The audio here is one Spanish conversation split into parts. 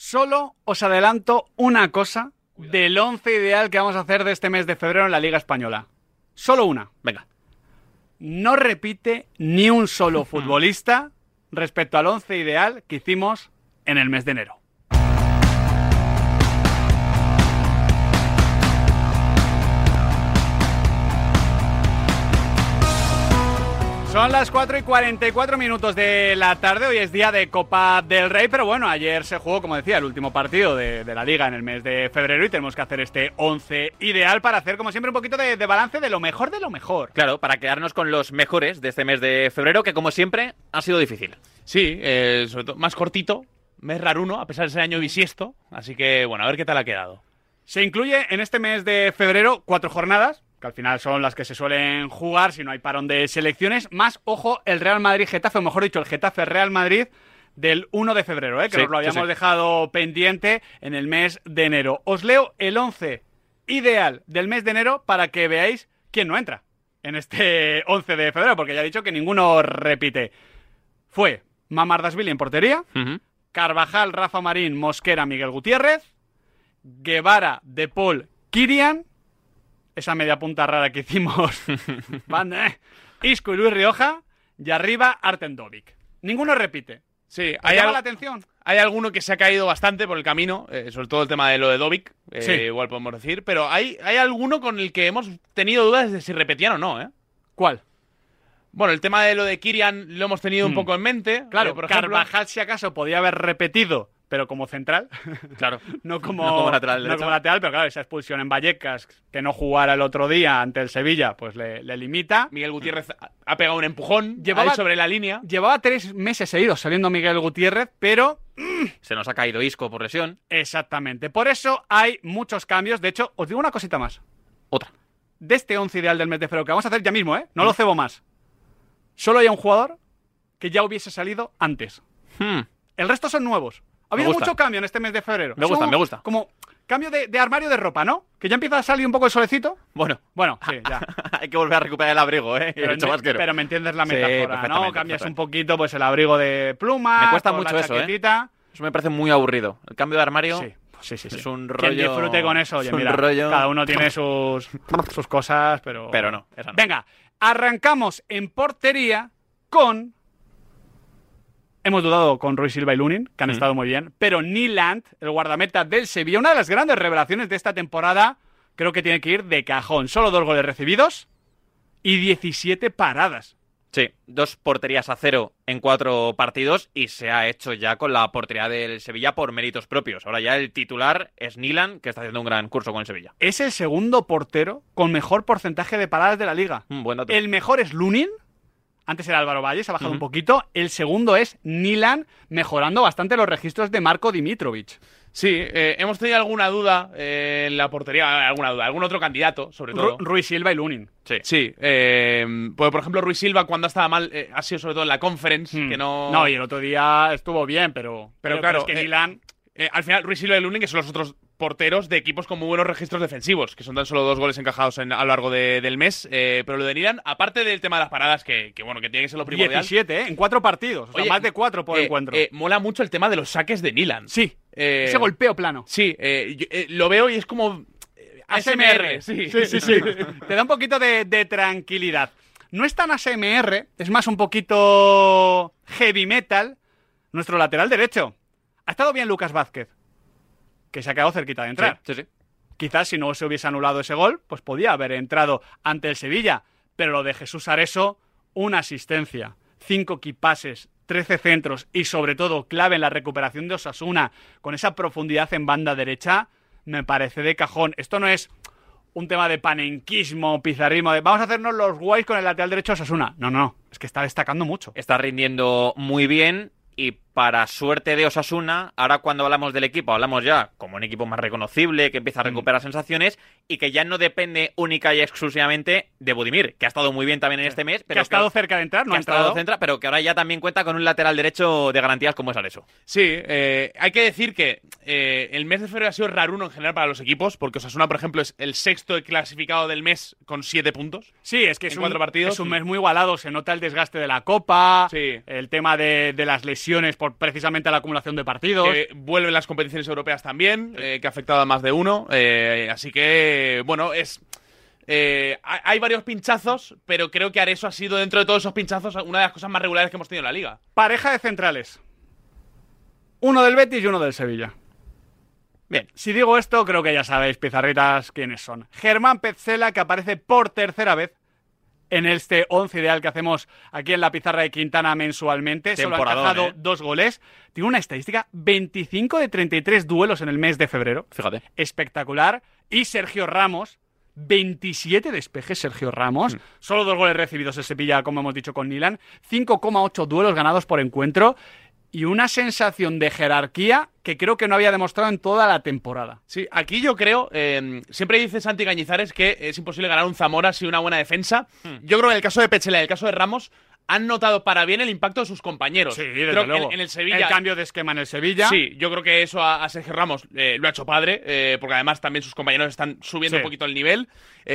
Solo os adelanto una cosa del 11 ideal que vamos a hacer de este mes de febrero en la Liga Española. Solo una. Venga. No repite ni un solo futbolista respecto al 11 ideal que hicimos en el mes de enero. Son las 4:44 de la tarde, hoy es día de Copa del Rey, pero bueno, ayer se jugó, como decía, el último partido de la Liga en el mes de febrero y tenemos que hacer este 11 ideal para hacer, como siempre, un poquito de balance de lo mejor de lo mejor. Claro, para quedarnos con los mejores de este mes de febrero, que como siempre ha sido difícil. Sí, sobre todo más cortito, mes raruno, a pesar de ser año bisiesto, así que bueno, a ver qué tal ha quedado. Se incluye en este mes de febrero 4 jornadas, que al final son las que se suelen jugar si no hay parón de selecciones, más, ojo, el Real Madrid-Getafe, o mejor dicho, el Getafe-Real Madrid del 1 de febrero, que sí, nos lo habíamos dejado pendiente en el mes de enero. Os leo el 11 ideal del mes de enero para que veáis quién no entra en este 11 de febrero, porque ya he dicho que ninguno repite. Fue Mamardashvili en portería, Carvajal, Rafa Marín, Mosquera, Miguel Gutiérrez, Guevara, De Paul, Kirian, esa media punta rara que hicimos, Isco y Luis Rioja, y arriba Artem Dovbyk. Ninguno repite. Sí, ¿Llama la atención? Hay alguno que se ha caído bastante por el camino, sobre todo el tema de lo de Dovbyk, Sí. igual podemos decir, pero hay alguno con el que hemos tenido dudas de si repetían o no, ¿eh? ¿Cuál? Bueno, el tema de lo de Kirian lo hemos tenido un poco en mente. Claro, por ejemplo, Carvajal si acaso podía haber repetido, pero como central. Claro. no como lateral derecho. No como lateral, pero claro, esa expulsión en Vallecas, que no jugara el otro día ante el Sevilla, pues le limita. Miguel Gutiérrez ha pegado un empujón Llevaba- ahí sobre la línea. Llevaba 3 meses seguidos saliendo Miguel Gutiérrez, pero Se nos ha caído Isco por lesión. exactamente. Por eso hay muchos cambios. De hecho, os digo una cosita más. Otra. De este 11 ideal del mes de febrero, que vamos a hacer ya mismo, no lo cebo más. Solo hay un jugador que ya hubiese salido antes. El resto son nuevos. Ha habido gusta. mucho cambio en este mes de febrero. Me gusta, Es me gusta. Como cambio de armario de ropa, ¿no? Que ya empieza a salir un poco el solecito. Bueno, Bueno, sí, ya. hay que volver a recuperar el abrigo, ¿eh? Pero, El chubasquero. pero me entiendes la Sí, metáfora, ¿no? perfectamente, Cambias perfecto. un poquito pues el abrigo de pluma. Me cuesta con mucho la eso, chaquetita. Eso me parece muy aburrido. El cambio de armario Sí. es un rollo... Quien disfrute con eso, oye, es un mira, rollo... cada uno tiene sus cosas, pero... Pero no, esa no. Venga, arrancamos en portería con... Hemos dudado con Rui Silva y Lunin, que han estado muy bien, pero Nyland, el guardameta del Sevilla, una de las grandes revelaciones de esta temporada, creo que tiene que ir de cajón. Solo 2 goles recibidos y 17 paradas. Sí, 2 porterías a 0 en 4 partidos y se ha hecho ya con la portería del Sevilla por méritos propios. Ahora ya el titular es Nyland, que está haciendo un gran curso con el Sevilla. Es el segundo portero con mejor porcentaje de paradas de la liga. Buen dato. El mejor es Lunin. Antes era Álvaro Valle, se ha bajado un poquito. El segundo es Nyland, mejorando bastante los registros de Marko Dimitrovic. Sí, hemos tenido alguna duda en la portería, algún otro candidato, sobre todo. Rui Silva y Lunin. Sí, pues por ejemplo Rui Silva cuando estaba mal ha sido sobre todo en la Conference, que no... No, y el otro día estuvo bien, pero claro, es que Nyland... al final Rui Silva y Lunin, que son los otros porteros de equipos con muy buenos registros defensivos, que son tan solo 2 goles encajados a lo largo del mes, pero lo de Nyland, aparte del tema de las paradas, que bueno, que tiene que ser lo primordial. 17, en 4 partidos, o sea, Oye, más de 4 por encuentro. Mola mucho el tema de los saques de Nyland. Sí, ese golpeo plano. Sí, lo veo y es como... ASMR, sí. Te da un poquito de tranquilidad. No es tan ASMR, es más un poquito heavy metal. Nuestro lateral derecho. Ha estado bien Lucas Vázquez, que se ha quedado cerquita de entrar. Sí. Quizás si no se hubiese anulado ese gol, pues podía haber entrado ante el Sevilla. Pero lo de Jesús Areso, una asistencia, 5 key passes, 13 centros y sobre todo clave en la recuperación de Osasuna, con esa profundidad en banda derecha, me parece de cajón. Esto no es un tema de panenquismo, pizarrismo, de vamos a hacernos los guays con el lateral derecho de Osasuna. No, es que está destacando mucho. Está rindiendo muy bien y para suerte de Osasuna, ahora cuando hablamos del equipo, hablamos ya como un equipo más reconocible, que empieza a recuperar sensaciones y que ya no depende única y exclusivamente de Budimir, que ha estado muy bien también en este mes. Pero que ha estado cerca de entrar, no que ha entrado. pero que ahora ya también cuenta con un lateral derecho de garantías como es Areso. Sí, hay que decir que el mes de febrero ha sido raruno en general para los equipos, porque Osasuna, por ejemplo, es el sexto clasificado del mes con 7 puntos. Sí, es que es en 4 partidos. Es un mes muy igualado. Se nota el desgaste de la Copa, Sí. el tema de las lesiones por precisamente la acumulación de partidos. Vuelven las competiciones europeas también, que ha afectado a más de uno. Así que, bueno, hay varios pinchazos, pero creo que Areso ha sido, dentro de todos esos pinchazos, una de las cosas más regulares que hemos tenido en la liga. Pareja de centrales. Uno del Betis y uno del Sevilla. Bien, si digo esto, creo que ya sabéis, pizarritas, quiénes son. Germán Petzela, que aparece por tercera vez en este 11 ideal que hacemos aquí en la pizarra de Quintana mensualmente. Solo ha encajado 2 goles. Tiene una estadística: 25 de 33 duelos en el mes de febrero. Fíjate. Espectacular. Y Sergio Ramos, 27 despejes, Sergio Ramos. Solo 2 goles recibidos el Sevilla, como hemos dicho con Nilan. 5,8 duelos ganados por encuentro. Y una sensación de jerarquía que creo que no había demostrado en toda la temporada. Sí, aquí yo creo, siempre dice Santi Cañizares que es imposible ganar un Zamora sin una buena defensa. Yo creo que en el caso de Petzela y en el caso de Ramos han notado para bien el impacto de sus compañeros. Sí, desde creo luego. Que en el Sevilla, el cambio de esquema en el Sevilla. Sí, yo creo que eso a Sergio Ramos lo ha hecho padre, porque además también sus compañeros están subiendo un poquito el nivel.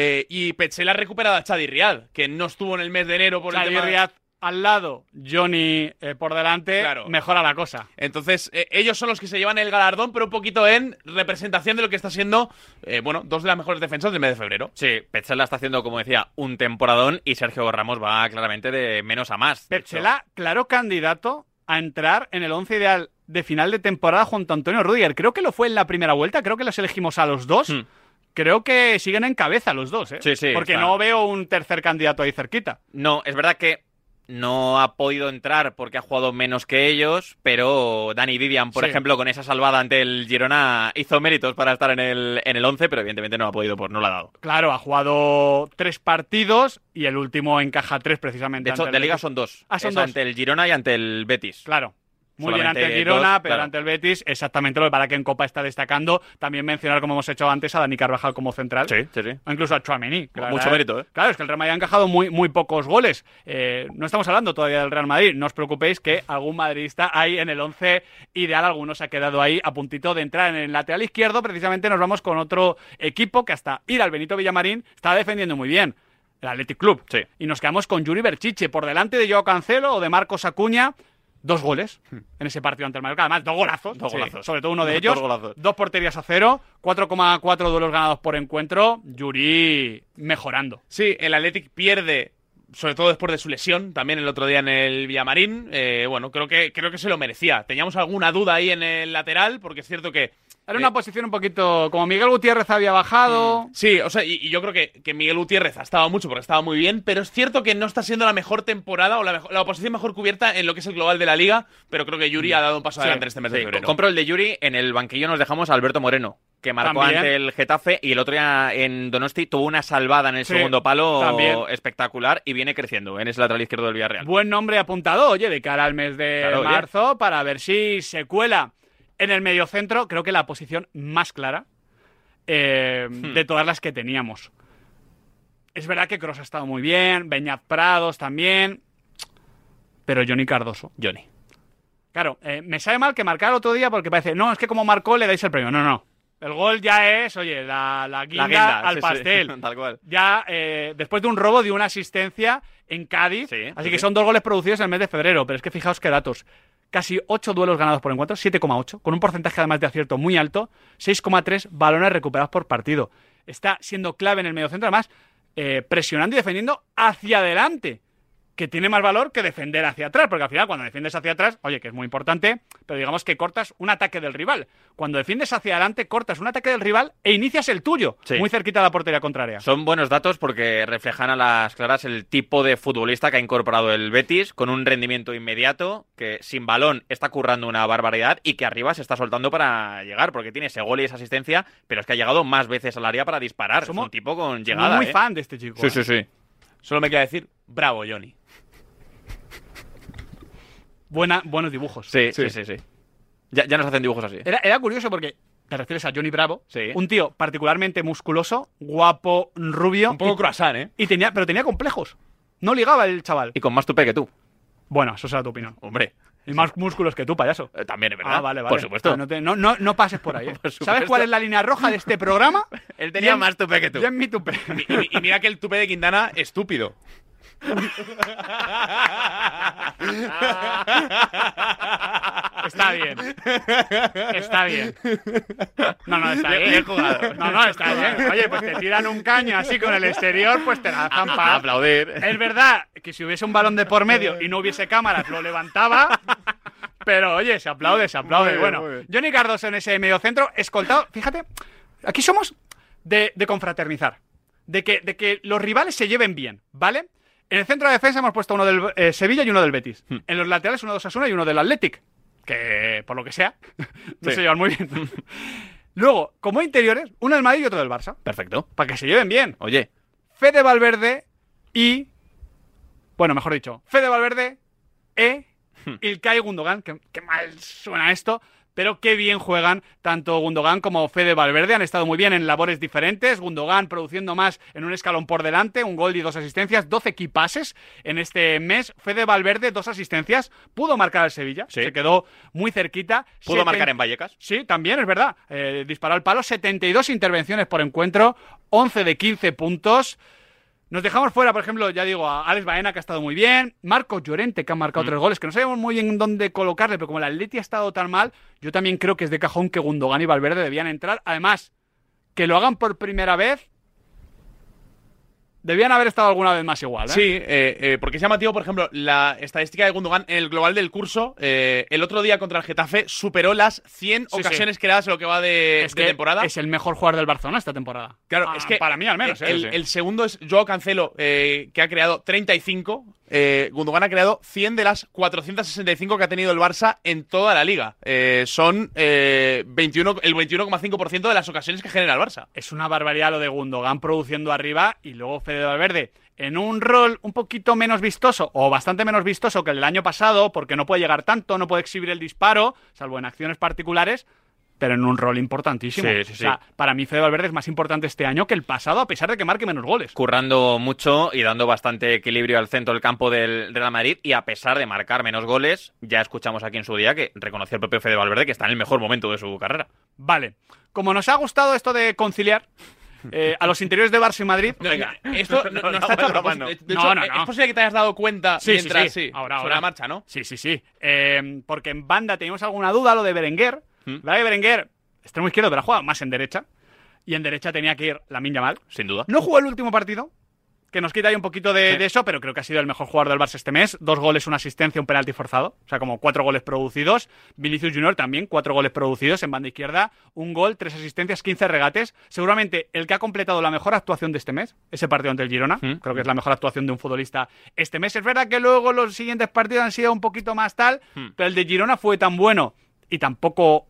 Y Petzela ha recuperado a Chadi Riad, que no estuvo en el mes de enero por el tema Riad al lado, Johnny por delante, Claro. mejora la cosa. Entonces, ellos son los que se llevan el galardón, pero un poquito en representación de lo que está siendo, 2 de las mejores defensas del mes de febrero. Sí, Petzela está haciendo, como decía, un temporadón y Sergio Ramos va claramente de menos a más. Petzela, claro candidato a entrar en el 11 ideal de final de temporada junto a Antonio Rüdiger. Creo que lo fue en la primera vuelta, creo que los elegimos a los dos. Creo que siguen en cabeza los dos, ¿eh? Sí, sí, porque está. no veo un tercer candidato ahí cerquita. No, es verdad que no ha podido entrar porque ha jugado menos que ellos, pero Dani Vivian, por ejemplo, con esa salvada ante el Girona, hizo méritos para estar en el 11, pero evidentemente no ha podido, pues no lo ha dado. Claro, ha jugado 3 partidos y el último encaja 3 precisamente. De hecho, ante el de liga Betis. son 2. Son Es 2. ante el Girona y ante el Betis. Claro. Muy bien Solamente ante el Girona, 2, pero claro. ante el Betis, exactamente lo que para que en Copa está destacando. También mencionar, como hemos hecho antes, a Dani Carvajal como central. Sí. O incluso a Tchouaméni. Mucho mérito, ¿eh? Claro, es que el Real Madrid ha encajado muy pocos goles. No estamos hablando todavía del Real Madrid. No os preocupéis que algún madridista hay en el 11 ideal. Algunos ha quedado ahí a puntito de entrar en el lateral izquierdo. Precisamente nos vamos con otro equipo que hasta ir al Benito Villamarín está defendiendo muy bien. El Athletic Club. Sí. Y nos quedamos con Yuri Berchiche por delante de Joao Cancelo o de Marcos Acuña. 2 goles en ese partido ante el Mallorca. Además, 2 golazos. Dos golazos. Sobre todo uno de ellos. 2 golazos. 2 porterías a 0. 4,4 duelos ganados por encuentro. Yuri mejorando. Sí, el Athletic pierde, sobre todo después de su lesión, también el otro día en el Villamarín. Creo que se lo merecía. Teníamos alguna duda ahí en el lateral, porque es cierto que Era una posición un poquito... Como Miguel Gutiérrez había bajado... Sí, o sea, y yo creo que Miguel Gutiérrez ha estado mucho porque estaba muy bien, pero es cierto que no está siendo la mejor temporada o la posición mejor cubierta en lo que es el global de la liga, pero creo que Yuri ha dado un paso adelante en este mes de febrero. Compro el de Yuri. En el banquillo nos dejamos a Alberto Moreno, que marcó También. ante el Getafe y el otro día en Donosti tuvo una salvada en el segundo palo también. espectacular y viene creciendo en ese lateral izquierdo del Villarreal. Buen nombre apuntado, oye, de cara al mes de Claro, oye. marzo, para ver si se cuela en el mediocentro. Creo que la posición más clara de todas las que teníamos. Es verdad que Kroos ha estado muy bien, Beñat Prados también, pero Johnny Cardoso. Johnny. Claro, me sabe mal que marcar otro día porque parece, no, es que como marcó le dais el premio. No, no. El gol ya es, oye, la guinda al sí, pastel. sí, tal cual. Ya, después de un robo, dio una asistencia en Cádiz. Sí, así sí, que sí. son 2 goles producidos en el mes de febrero. Pero es que fijaos qué datos. Casi 8 duelos ganados por encuentro, 7,8, con un porcentaje además de acierto muy alto, 6,3 balones recuperados por partido. Está siendo clave en el mediocentro, además, presionando y defendiendo hacia adelante, que tiene más valor que defender hacia atrás, porque al final cuando defiendes hacia atrás, oye, que es muy importante, pero digamos que cortas un ataque del rival. Cuando defiendes hacia adelante, cortas un ataque del rival e inicias el tuyo, Sí. muy cerquita de la portería contraria. Son buenos datos porque reflejan a las claras el tipo de futbolista que ha incorporado el Betis, con un rendimiento inmediato, que sin balón está currando una barbaridad y que arriba se está soltando para llegar, porque tiene ese gol y esa asistencia, pero es que ha llegado más veces al área para disparar. Somos es un tipo con llegada. muy fan de este chico. Sí, sí, sí. Solo me queda decir, bravo, Johnny. Buenos dibujos. Sí. Ya nos hacen dibujos así. Era curioso porque te refieres a Johnny Bravo, Sí. un tío particularmente musculoso, guapo, rubio, Un poco croissant, ¿eh? pero tenía complejos. No ligaba el chaval. Y con más tupe que tú. Bueno, eso será tu opinión. Hombre. Y más músculos que tú, payaso. También es verdad. Ah, vale. Por supuesto. No pases por ahí. Por supuesto. ¿Sabes cuál es la línea roja de este programa? Él tenía más tupé que tú. Yo en mi tupé. Y mira que el tupé de Quintana, estúpido. Está bien. Está bien. No, está bien. Bien jugado. No, está bien. Oye, pues te tiran un caño así con el exterior, pues te la dejan para aplaudir. Es verdad que si hubiese un balón de por medio y no hubiese cámaras, lo levantaba. Pero oye, se aplaude. Muy bien, Bueno, muy bien. Johnny Cardoso en ese mediocentro, escoltado. Fíjate, aquí somos de confraternizar. De que los rivales se lleven bien, ¿vale? En el centro de defensa hemos puesto uno del Sevilla y uno del Betis. En los laterales uno de Osasuna y uno del Athletic. Que, por lo que sea, no Sí. se llevan muy bien. Luego, como interiores, uno del Madrid y otro del Barça. Perfecto. Para que se lleven bien. Oye, Fede Valverde y... Bueno, mejor dicho, Fede Valverde Ilkay Gundogan. Qué mal suena esto, pero qué bien juegan tanto Gundogan como Fede Valverde. Han estado muy bien en labores diferentes. Gundogan produciendo más en un escalón por delante, un gol y 2 asistencias, 12 key passes en este mes. Fede Valverde, 2 asistencias. Pudo marcar al Sevilla, Sí. se quedó muy cerquita. ¿pudo marcar en Vallecas? Sí, también, es verdad. Disparó al palo, 72 intervenciones por encuentro, 11 de 15 puntos. Nos dejamos fuera, por ejemplo, ya digo, a Alex Baena, que ha estado muy bien. Marco Llorente, que ha marcado 3 goles, que no sabemos muy bien dónde colocarle, pero como el Atleti ha estado tan mal, yo también creo que es de cajón que Gundogan y Valverde debían entrar. Además, que lo hagan por primera vez, debían haber estado alguna vez más igual, ¿eh? Sí, porque es llamativo, por ejemplo, la estadística de Gundogan en el global del curso. El otro día contra el Getafe superó las 100 Sí, ocasiones creadas en lo que va de Es que temporada. es el mejor jugador del Barcelona esta temporada. Claro, es que para mí al menos. el segundo es Joao Cancelo, que ha creado 35. Gundogan ha creado 100 de las 465 que ha tenido el Barça en toda la liga. Son el 21,5% de las ocasiones que genera el Barça. Es una barbaridad lo de Gundogan produciendo arriba y luego Fede Valverde en un rol un poquito menos vistoso o bastante menos vistoso que el del año pasado, porque no puede llegar tanto, no puede exhibir el disparo, salvo en acciones particulares, pero en un rol importantísimo. Sí. O sea, para mí Fede Valverde es más importante este año que el pasado, a pesar de que marque menos goles. Currando mucho y dando bastante equilibrio al centro del campo del Real Madrid, y a pesar de marcar menos goles, ya escuchamos aquí en su día que reconoció el propio Fede Valverde que está en el mejor momento de su carrera. Vale. Como nos ha gustado esto de conciliar a los interiores de Barça y Madrid... Venga, esto no está hecho a propósito. De hecho, No. es posible que te hayas dado cuenta Sí, mientras sí. Ahora. sobre la marcha, ¿no? Sí. Porque en banda teníamos alguna duda, lo de Berenguer. ¿Verdad que Berenguer, extremo izquierdo, pero ha jugado más en derecha? Y en derecha tenía que ir Lamine Yamal. Sin duda. No jugó el último partido, que nos quita ahí un poquito de eso, pero creo que ha sido el mejor jugador del Barça este mes. 2 goles, una asistencia, un penalti forzado. O sea, como 4 goles producidos. Vinicius Junior también, 4 goles producidos en banda izquierda. 1 gol, 3 asistencias, 15 regates. Seguramente el que ha completado la mejor actuación de este mes, ese partido ante el Girona. Creo que es la mejor actuación de un futbolista este mes. Es verdad que luego los siguientes partidos han sido un poquito más tal, pero el de Girona fue tan bueno y tampoco...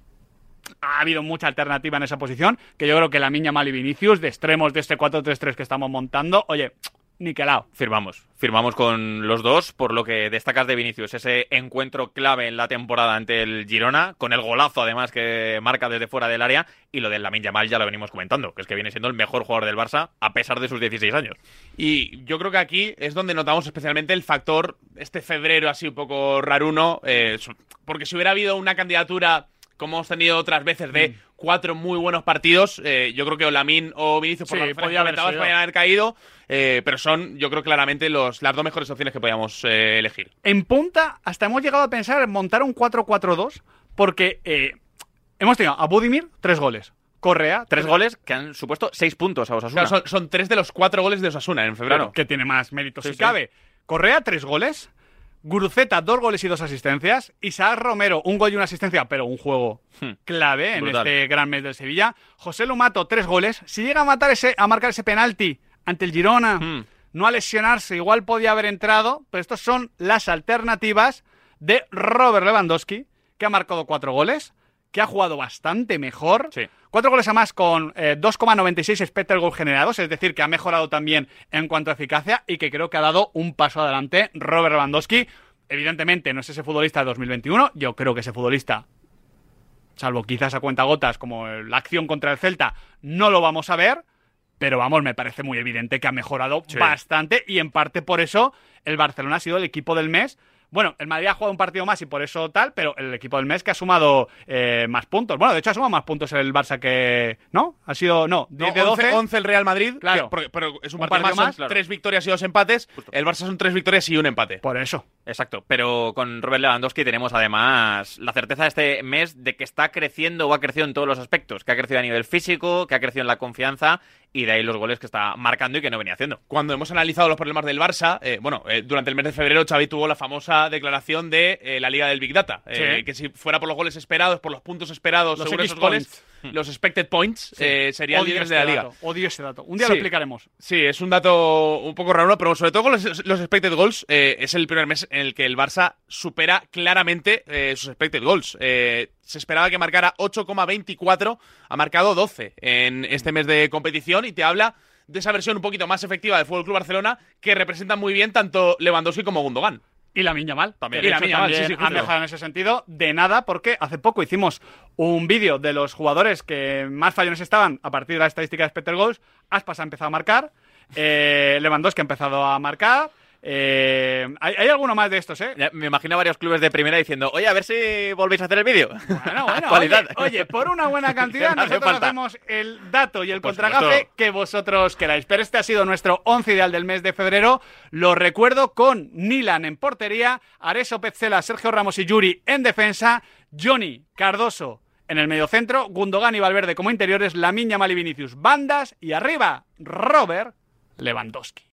ha habido mucha alternativa en esa posición, que yo creo que Lamine Yamal y Vinicius, de extremos de este 4-3-3 que estamos montando, oye, niquelao. Firmamos con los dos, por lo que destacas de Vinicius, ese encuentro clave en la temporada ante el Girona, con el golazo además que marca desde fuera del área, y lo del Lamine Yamal ya lo venimos comentando, que es que viene siendo el mejor jugador del Barça a pesar de sus 16 años. Y yo creo que aquí es donde notamos especialmente el factor, este febrero así un poco raruno, porque si hubiera habido una candidatura, como hemos tenido otras veces, de 4 muy buenos partidos, yo creo que o Lamine o Vinicius, por Sí, las referencias podía haber comentadas, sido. podían haber caído, pero son, yo creo, claramente las 2 mejores opciones que podíamos elegir. En punta, hasta hemos llegado a pensar en montar un 4-4-2, porque hemos tenido a Budimir 3 goles, Correa 3 goles que han supuesto 6 puntos a Osasuna. Claro, son 3 de los 4 goles de Osasuna en febrero. que tiene más méritos Sí, si sí. cabe. Correa 3 goles, Guruceta 2 goles y 2 asistencias, Isaac Romero 1 gol y 1 asistencia, pero un juego clave en Brutal. este gran mes del Sevilla. José Lumato 3 goles. Si llega a marcar ese penalti ante el Girona, no a lesionarse, igual podía haber entrado, pero estas son las alternativas de Robert Lewandowski, que ha marcado 4 goles, que ha jugado bastante mejor. Sí. 4 goles a más con 2,96 expected goal generados, es decir, que ha mejorado también en cuanto a eficacia y que creo que ha dado un paso adelante Robert Lewandowski. Evidentemente no es ese futbolista de 2021, yo creo que ese futbolista, salvo quizás a cuentagotas como la acción contra el Celta, no lo vamos a ver, pero vamos, me parece muy evidente que ha mejorado bastante y en parte por eso el Barcelona ha sido el equipo del mes Bueno, el Madrid ha jugado un partido más y por eso tal, pero el equipo del mes que ha sumado más puntos. Bueno, de hecho ha sumado más puntos el Barça que... ¿No? Ha sido... No, 10 de 12. 11 el Real Madrid, Claro. pero es un Un partido partido más, más, son claro. 3 victorias y 2 empates. Justo. El Barça son 3 victorias y un empate. Por eso. Exacto, pero con Robert Lewandowski tenemos además la certeza de este mes de que está creciendo o ha crecido en todos los aspectos, que ha crecido a nivel físico, que ha crecido en la confianza y de ahí los goles que está marcando y que no venía haciendo. Cuando hemos analizado los problemas del Barça, durante el mes de febrero Xavi tuvo la famosa declaración de la Liga del Big Data, Sí. que si fuera por los goles esperados, por los puntos esperados Los según X esos goles, points. los expected points serían Odio líderes este de la Liga. dato, odio ese dato. Un día Sí. lo explicaremos. Sí, es un dato un poco raro, pero sobre todo con los expected goals, es el primer mes en el que el Barça supera claramente sus expected goals. Se esperaba que marcara 8,24, ha marcado 12 en este mes de competición y te habla de esa versión un poquito más efectiva del FC Barcelona que representa muy bien tanto Lewandowski como Gundogan. Y Lamine Yamal. También. Que de Y hecho Lamine Yamal, también sí, ha justo. mejorado en ese sentido. De nada, porque hace poco hicimos un vídeo de los jugadores que más fallones estaban a partir de la estadística de expected goals. Aspas ha empezado a marcar. Lewandowski ha empezado a marcar. Hay alguno más de estos, ¿eh? Ya me imagino a varios clubes de primera diciendo, oye, a ver si volvéis a hacer el vídeo. Bueno, Actualidad. oye, por una buena cantidad No hace nosotros falta. hacemos el dato y el Por contragafe supuesto. que vosotros queráis. Pero este ha sido nuestro 11 ideal del mes de febrero. Lo recuerdo con Nilan en portería, Areso Petzela, Sergio Ramos y Yuri en defensa, Johnny Cardoso en el mediocentro, Gundogan y Valverde como interiores, Lamine Yamal y Vinicius bandas y arriba Robert Lewandowski.